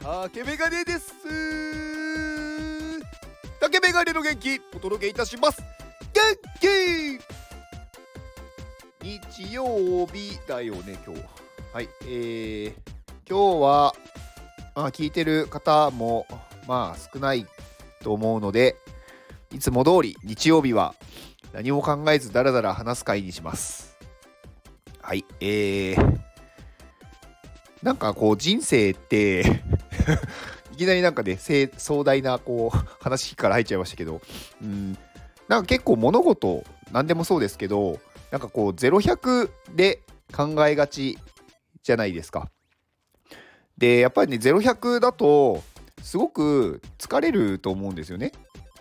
竹メガネです。竹メガネの元気お届けいたします。元気日曜日だよね今日。はい、今日は聞いてる方も少ないと思うので、いつも通り日曜日は何も考えずだらだら話す会にします。はい、なんかこう人生っていきなりなんかね壮大なこう話から入っちゃいましたけど、なんか結構物事何でもそうですけど、なんかこう0-100で考えがちじゃないですか。でやっぱりね0-100だとすごく疲れると思うんですよね。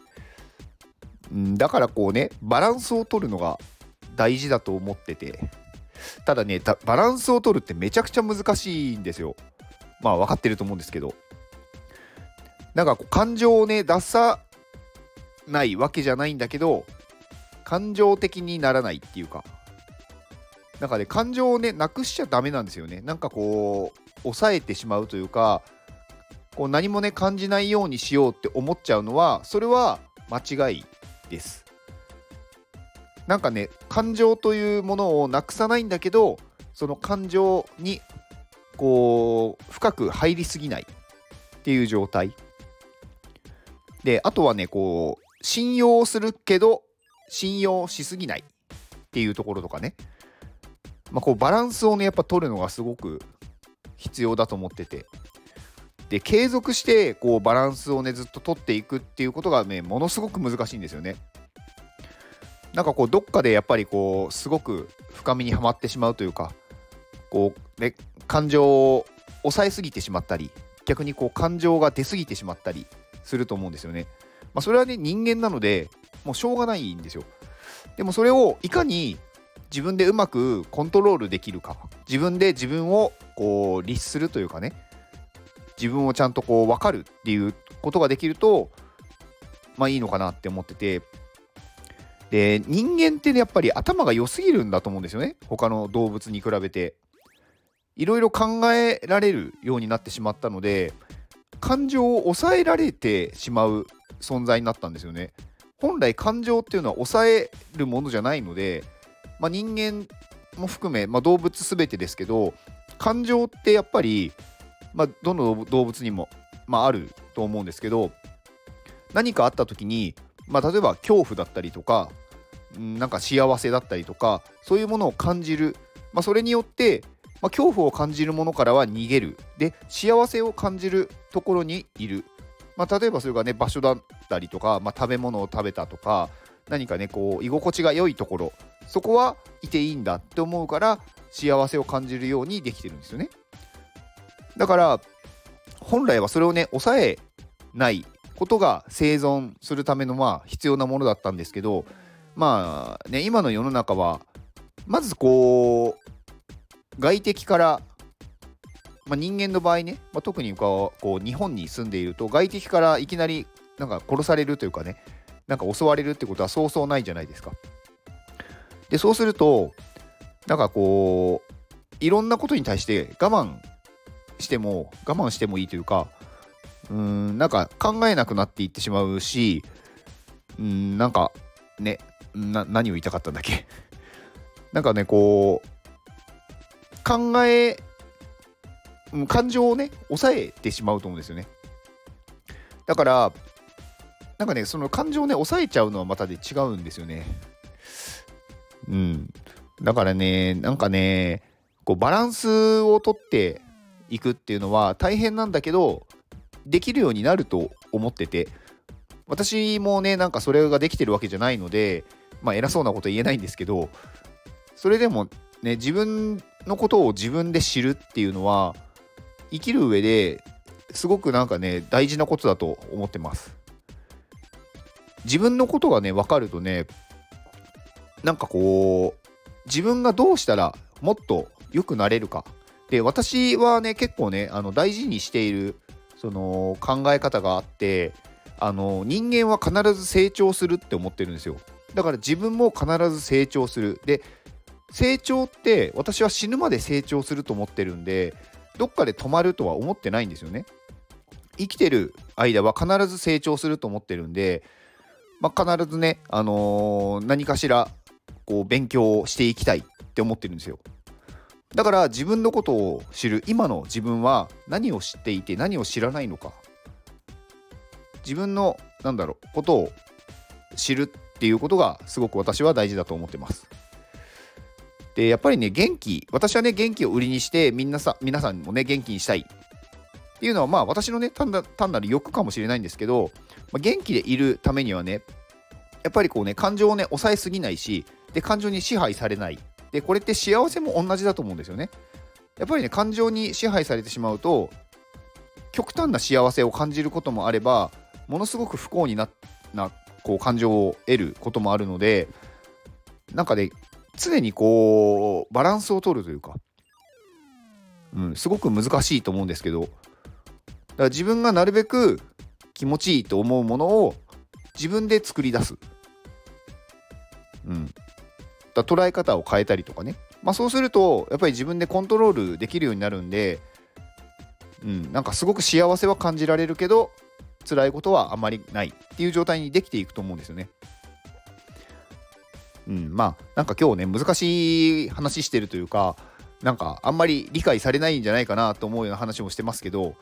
だからこうねバランスを取るのが大事だと思ってて、ただねバランスを取るってめちゃくちゃ難しいんですよ。分かってると思うんですけど、なんかこう感情をね出さないわけじゃないんだけど、感情的にならないっていうか、なんかね感情をねなくしちゃダメなんですよね。なんかこう抑えてしまうというか、こう何もね感じないようにしようって思っちゃうのは、それは間違いです。なんかね感情というものをなくさないんだけど、その感情にこう深く入りすぎないっていう状態で、あとはねこう信用するけど信用しすぎないっていうところとかね、こうバランスをねやっぱ取るのがすごく必要だと思ってて、で継続してこうバランスをねずっと取っていくっていうことがねものすごく難しいんですよね。なんかこうどっかでやっぱりこうすごく深みにはまってしまうというか、こうね感情を抑えすぎてしまったり、逆にこう感情が出すぎてしまったりすると思うんですよね。それはね人間なのでもうしょうがないんですよ。でもそれをいかに自分でうまくコントロールできるか、自分で自分をこう律するというかね、自分をちゃんとこう分かるっていうことができるといいのかなって思ってて、で人間ってねやっぱり頭が良すぎるんだと思うんですよね。他の動物に比べていろいろ考えられるようになってしまったので、感情を抑えられてしまう存在になったんですよね。本来感情っていうのは抑えるものじゃないので、人間も含め、動物すべてですけど、感情ってやっぱり、どの動物にも、あると思うんですけど、何かあった時に、例えば恐怖だったりとか、なんか幸せだったりとか、そういうものを感じる、それによって、恐怖を感じるものからは逃げる。で、幸せを感じるところにいる。例えばそれがね、場所だったりとか、食べ物を食べたとか、何かね、こう、居心地が良いところ、そこはいていいんだって思うから、幸せを感じるようにできてるんですよね。だから、本来はそれをね、抑えないことが生存するための必要なものだったんですけど、今の世の中は、まずこう、外敵から、人間の場合ね、特にこう日本に住んでいると、外敵からいきなりなんか殺されるというかね、なんか襲われるってことはそうそうないじゃないですか。でそうするとなんかこういろんなことに対して我慢してもいいというか、なんか考えなくなっていってしまうし、なんかね何を言いたかったんだっけなんかねこう感情をね抑えてしまうと思うんですよね。だからなんかねその感情をね抑えちゃうのはまたで違うんですよね。だからねなんかねこうバランスをとっていくっていうのは大変なんだけど、できるようになると思ってて、私もねなんかそれができてるわけじゃないので、偉そうなこと言えないんですけど、それでもね自分のことを自分で知るっていうのは生きる上ですごくなんかね大事なことだと思ってます。自分のことがね分かるとね、なんかこう自分がどうしたらもっと良くなれるかで、私はね結構ね大事にしているその考え方があって、人間は必ず成長するって思ってるんですよ。だから自分も必ず成長する。で成長って私は死ぬまで成長すると思ってるんで、どっかで止まるとは思ってないんですよね。 生きてる間は必ず成長すると思ってるんで、必ずね、何かしらこう勉強をしていきたいって思ってるんですよ。だから自分のことを知る今の自分は何を知っていて何を知らないのか、自分のことを知るっていうことがすごく私は大事だと思ってます。でやっぱりね、私はね元気を売りにして皆さんもね元気にしたいっていうのは私のね単なる欲かもしれないんですけど、元気でいるためにはね、やっぱりこうね感情をね抑えすぎないし、で感情に支配されない。でこれって幸せも同じだと思うんですよね。やっぱりね感情に支配されてしまうと極端な幸せを感じることもあれば、ものすごく不幸になこう感情を得ることもあるので、常にこうバランスを取るというか、すごく難しいと思うんですけど、だから自分がなるべく気持ちいいと思うものを自分で作り出す、だ捉え方を変えたりとかね、そうするとやっぱり自分でコントロールできるようになるんで、すごく幸せは感じられるけど辛いことはあまりないっていう状態にできていくと思うんですよね。今日ね難しい話してるというか、あんまり理解されないんじゃないかなと思うような話もしてますけど、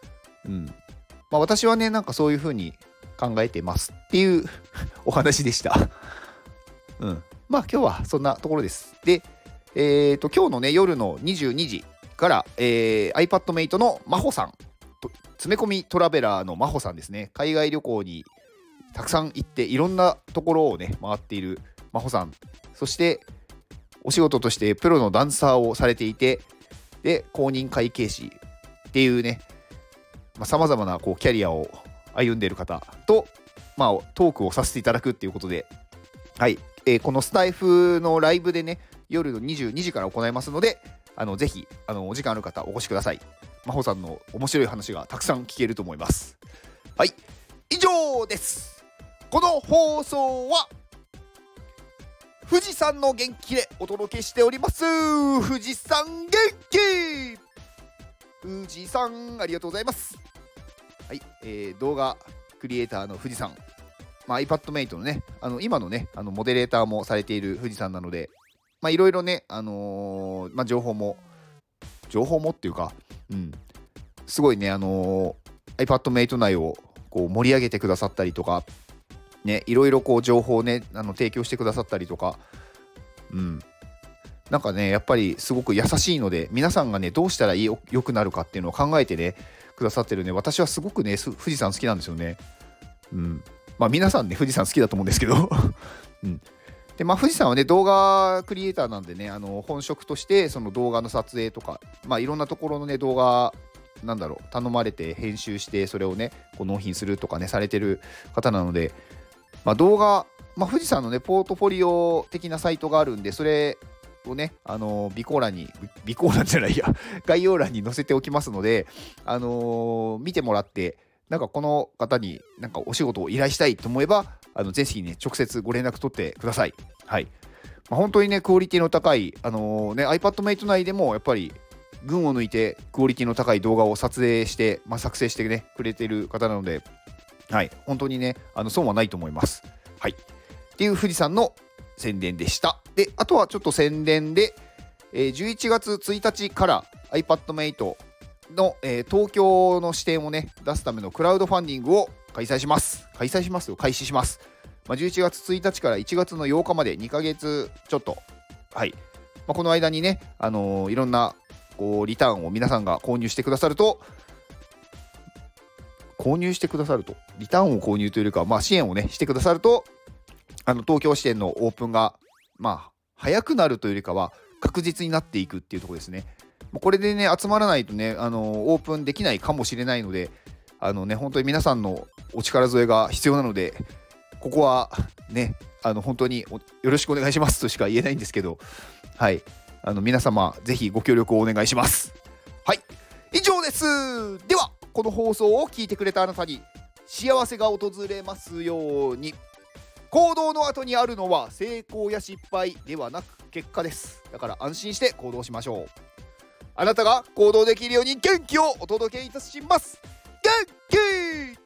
私はねそういう風に考えてますっていうお話でした。今日はそんなところです。で、今日のね夜の22時から、iPadMate の真帆さん、詰め込みトラベラーの真帆さんですね。海外旅行にたくさん行っていろんなところをね回っている真帆さん、そしてお仕事としてプロのダンサーをされていて、で公認会計士っていうねさまざまなこうキャリアを歩んでいる方と、トークをさせていただくっていうことで、このスタイフのライブでね夜の22時から行いますので、ぜひお時間ある方お越しください。真帆さんの面白い話がたくさん聞けると思います。はい、以上です。この放送は富士山の元気でお届けしております。富士山元気、富士山ありがとうございます。はい、動画クリエイターの富士山、iPadMate のね今のねモデレーターもされている富士山なので、いろいろね情報もっていうか、すごいねiPadMate 内をこう盛り上げてくださったりとかね、いろいろこう情報をね提供してくださったりとか、やっぱりすごく優しいので、皆さんがねどうしたら良くなるかっていうのを考えてねくださってるね。私はすごくね富士山好きなんですよね。皆さんね富士山好きだと思うんですけどで富士山はね動画クリエイターなんでね、本職としてその動画の撮影とか、いろんなところのね動画頼まれて編集してそれをねこう納品するとかねされてる方なので、動画、富士山のねポートフォリオ的なサイトがあるんで、それをね概要欄に載せておきますので、見てもらって、この方にお仕事を依頼したいと思えばぜひね直接ご連絡取ってください。本当にねクオリティの高いiPadMate 内でもやっぱり群を抜いてクオリティの高い動画を撮影して、作成してねくれてる方なので、本当にね損はないと思います。っていう富士山の宣伝でした。であとはちょっと宣伝で、11月1日から iPadMate の、東京の支店をね出すためのクラウドファンディングを開始します。11月1日から1月の8日まで2ヶ月ちょっと、この間にね、いろんなこうリターンを皆さんが購入してくださると、リターンを購入というよりか、支援をねしてくださると、東京支店のオープンが早くなるというよりかは確実になっていくっていうところですね。これでね集まらないとねオープンできないかもしれないので、本当に皆さんのお力添えが必要なので、ここはね本当によろしくお願いしますとしか言えないんですけど、皆様ぜひご協力をお願いします。以上です。ではこの放送を聞いてくれたあなたに幸せが訪れますように。行動の後にあるのは成功や失敗ではなく結果です。だから安心して行動しましょう。あなたが行動できるように元気をお届けいたします。 元気